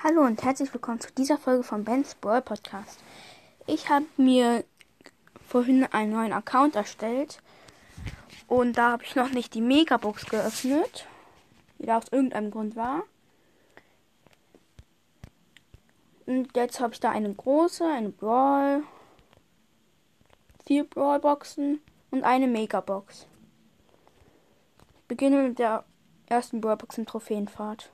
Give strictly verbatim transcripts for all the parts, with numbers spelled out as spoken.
Hallo und herzlich willkommen zu dieser Folge von Ben's Brawl Podcast. Ich habe mir vorhin einen neuen Account erstellt und da habe ich noch nicht die Megabox geöffnet, die da aus irgendeinem Grund war. Und jetzt habe ich da eine große, eine Brawl, vier Brawlboxen und eine Megabox. Ich beginne mit der ersten Brawlbox in Trophäenfahrt.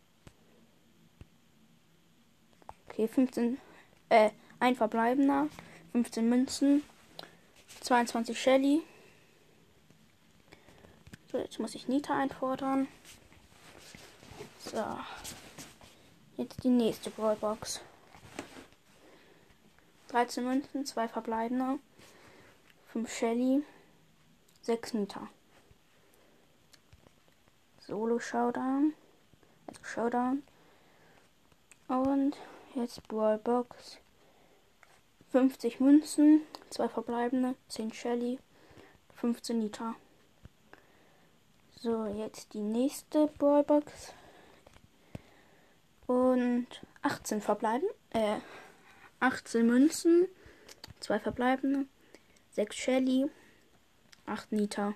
Okay, fünfzehn, äh, ein verbleibender, fünfzehn Münzen, zweiundzwanzig Shelly. So, jetzt muss ich Nita einfordern. So, jetzt die nächste Brawlbox. dreizehn Münzen, zwei verbleibende, fünf Shelly, sechs Nita. Solo Showdown, also Showdown. Und jetzt Brawlbox. fünfzig Münzen, zwei verbleibende, zehn Shelly, fünfzehn Nita. So, jetzt die nächste Brawlbox. Und achtzehn verbleiben, äh, achtzehn Münzen, zwei verbleibende, sechs Shelly, acht Nita.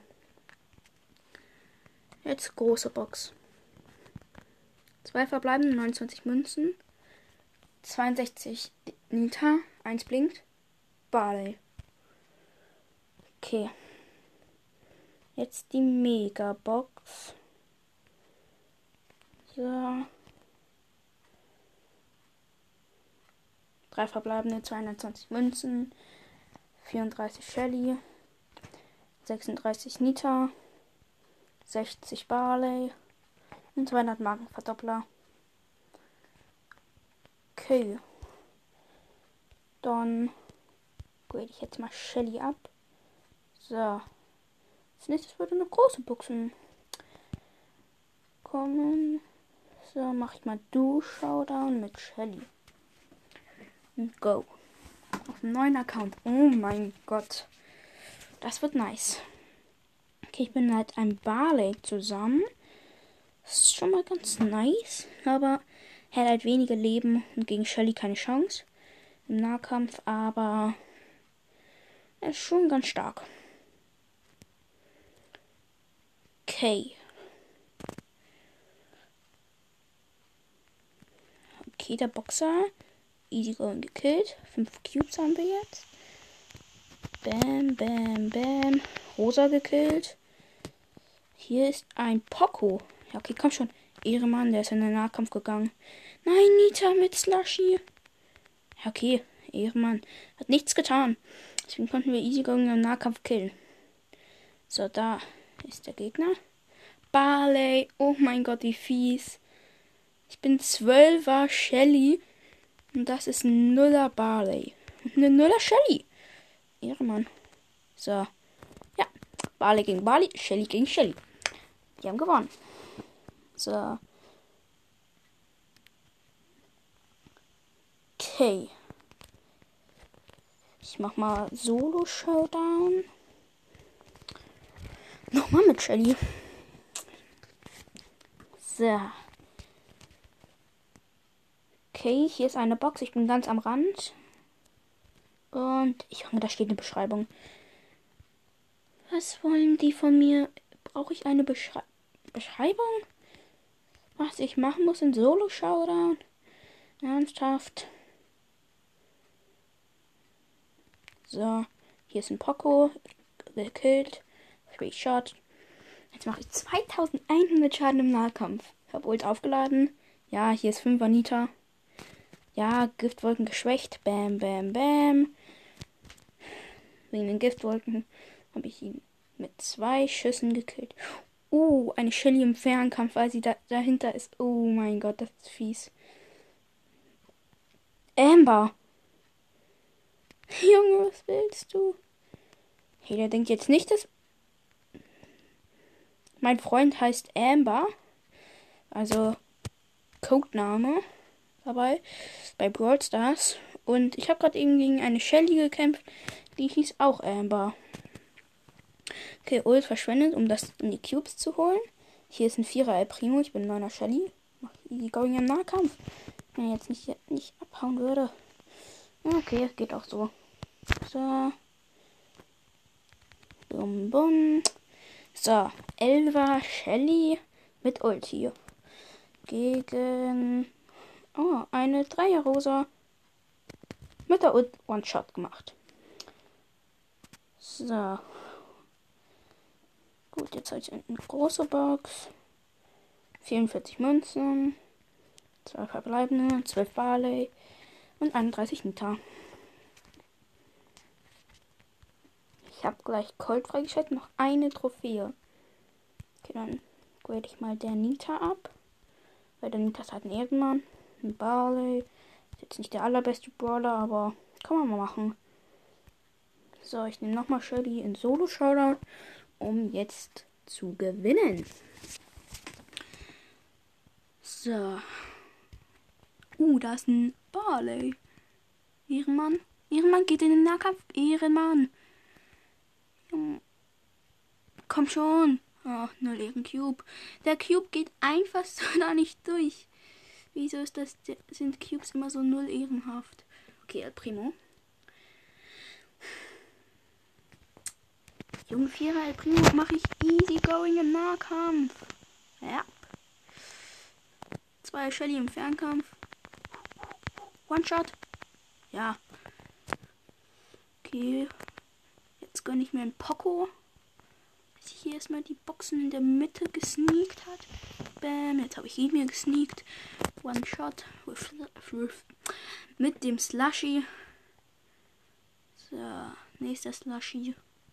Jetzt große Box. zwei verbleibende, neunundzwanzig Münzen, zweiundsechzig Nita, eins blinkt, Barley. Okay. Jetzt die Megabox. So. drei verbleibende, zweihundertzwanzig Münzen, vierunddreißig Shelly, sechsunddreißig Nita, sechzig Barley und zweihundert Markenverdoppler. Okay. Dann grade ich jetzt mal Shelly ab. So. Als nächstes würde eine große Box kommen. So, mache ich mal Du-Showdown mit Shelly. Und go. Auf einem neuen Account. Oh mein Gott. Das wird nice. Okay, ich bin halt ein Barley zusammen. Das ist schon mal ganz nice. Aber er hat halt wenige Leben und gegen Shelly keine Chance im Nahkampf. Aber er ist schon ganz stark. Okay. Okay, der Boxer. Easy going gekillt. Fünf Cubes haben wir jetzt. Bam, bam, bam. Rosa gekillt. Hier ist ein Poco. Ja, okay, komm schon. Ehrenmann, der ist in den Nahkampf gegangen. Nein, Nita mit Slushy. Ja, okay. Ehrenmann. Hat nichts getan. Deswegen konnten wir easy going im Nahkampf killen. So, da ist der Gegner. Barley. Oh mein Gott, wie fies. Ich bin zwölfer Shelly. Und das ist ein Nuller Barley. Und eine Nuller Shelly. Ehrenmann. So. Ja. Barley gegen Barley. Shelly gegen Shelly. Die haben gewonnen. So. Okay. Ich mach mal Solo Showdown. Nochmal mit Shelly. So. Okay, hier ist eine Box. Ich bin ganz am Rand. Und ich hoffe, da steht eine Beschreibung. Was wollen die von mir? Brauche ich eine Beschrei- Beschreibung? Was ich machen muss in Solo-Showdown? Ernsthaft? So, hier ist ein Poco. Gekillt. Three Shot. Jetzt mache ich zweitausendeinhundert Schaden im Nahkampf. Ich habe Ult aufgeladen. Ja, hier ist fünf Nita. Ja, Giftwolken geschwächt. Bam, bam, bam. Wegen den Giftwolken habe ich ihn mit zwei Schüssen gekillt. Oh, eine Shelly im Fernkampf, weil sie da dahinter ist. Oh mein Gott, das ist fies. Amber. Junge, was willst du? Hey, der denkt jetzt nicht, dass mein Freund heißt Amber. Also Codename dabei bei Brawl Stars. Und ich habe gerade eben gegen eine Shelly gekämpft. Die hieß auch Amber. Okay, Ult verschwendet, um das in die Cubes zu holen. Hier ist ein Vierer El Primo. Ich bin neuner Shelly. Mach easy going im Nahkampf. Wenn er jetzt nicht, nicht abhauen würde. Okay, geht auch so. So. Bum, bum. So, Elva Shelly mit Ulti. Gegen oh, eine Dreierrosa mit der Ult One-Shot gemacht. So. Gut, jetzt habe ich eine große Box. vierundvierzig Münzen. zwei verbleibende, zwölf Barley und einunddreißig Nita. Ich habe gleich Colt freigeschaltet, noch eine Trophäe. Okay, dann grade ich mal der Nita ab. Weil der Nita ist halt ein Ehrenmann. Ein Barley. Ist jetzt nicht der allerbeste Brawler, aber kann man mal machen. So, ich nehme nochmal Shelly in Solo-Showdown, um jetzt zu gewinnen. So. Uh, da ist ein Barley. Ehrenmann. Ehrenmann geht in den Nahkampf. Ehrenmann. Komm schon. Ach, null Ehrencube. Der Cube geht einfach so da nicht durch. Wieso ist das, sind Cubes immer so null ehrenhaft? Okay, El Primo. Junge Vierer El Primo mache ich easy going im Nahkampf. Ja. Zwei Shelly im Fernkampf. One-Shot. Ja. Okay. Jetzt gönne ich mir einen Poco. Dass ich hier erstmal die Boxen in der Mitte gesneakt hat. Bam. Jetzt habe ich ihn mir gesneakt. One-Shot. With, with, mit dem Slushy. So. Nächster Slushy.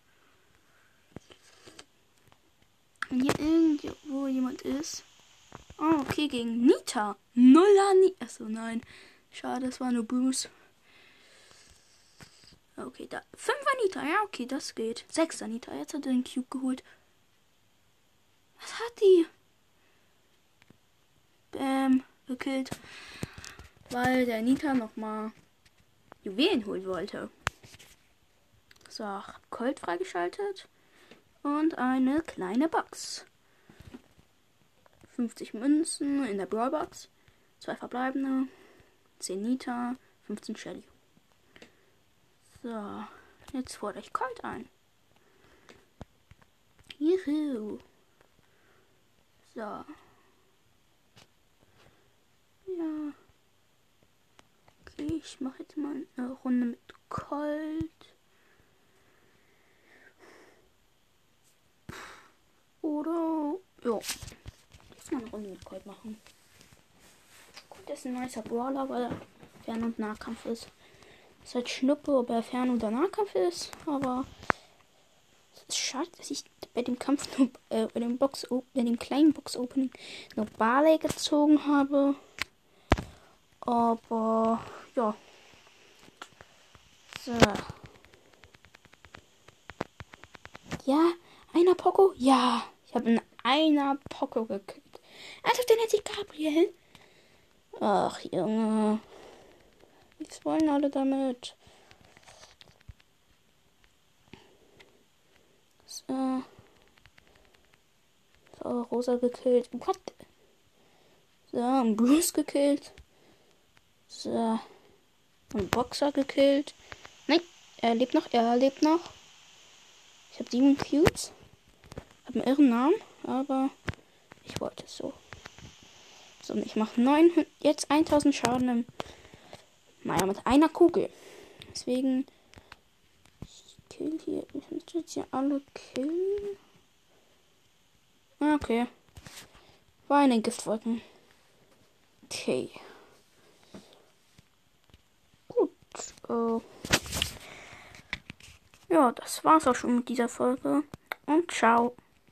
Wenn hier irgendwo jemand ist. Oh, okay, gegen Nita. Nuller Nita. Achso, nein. Schade, das war nur Bruce. Okay, da. Fünfer Nita. Ja, okay, das geht. Sechster Nita. Jetzt hat er den Cube geholt. Was hat die? Bam. Gekillt. Weil der Nita nochmal Juwelen holen wollte. So, hab Colt freigeschaltet. Und eine kleine Box. fünfzig Münzen in der Brawlbox. Zwei verbleibende. zehn Nita. fünfzehn Shelly. So. Jetzt fordere ich Colt ein. Juhu. So. Ja. Okay, ich mache jetzt mal eine Runde mit Colt. Oder. Ja. Jetzt mal eine Runde mit Colt machen. Colt ist ein nicer Brawler, weil er Fern- und Nahkampf ist. Ist halt Schnuppe, ob er Fern- oder Nahkampf ist, aber es ist schade, dass ich bei dem Kampf nur, äh, bei dem Box, bei dem kleinen Box-Opening nur Barley gezogen habe. Aber ja. So. Ja, einer Poco? Ja. Ich habe in einer Poco gekillt. Also den hätte ich Gabriel. Ach, Junge. Was wollen alle damit? So. So, Rosa gekillt. What? So, ein Bruce gekillt. So. Ein Boxer gekillt. Nein, er lebt noch. Er lebt noch. Ich habe sieben Cubes. Hab einen irren Namen, aber ich wollte es so. So, ich mache neunhundert, jetzt tausend Schaden im, naja, mit einer Kugel. Deswegen, ich kill hier, ich muss jetzt hier alle killen. Okay. War in den Giftwolken. Okay. Gut. Äh. Ja, das war's auch schon mit dieser Folge. Und ciao.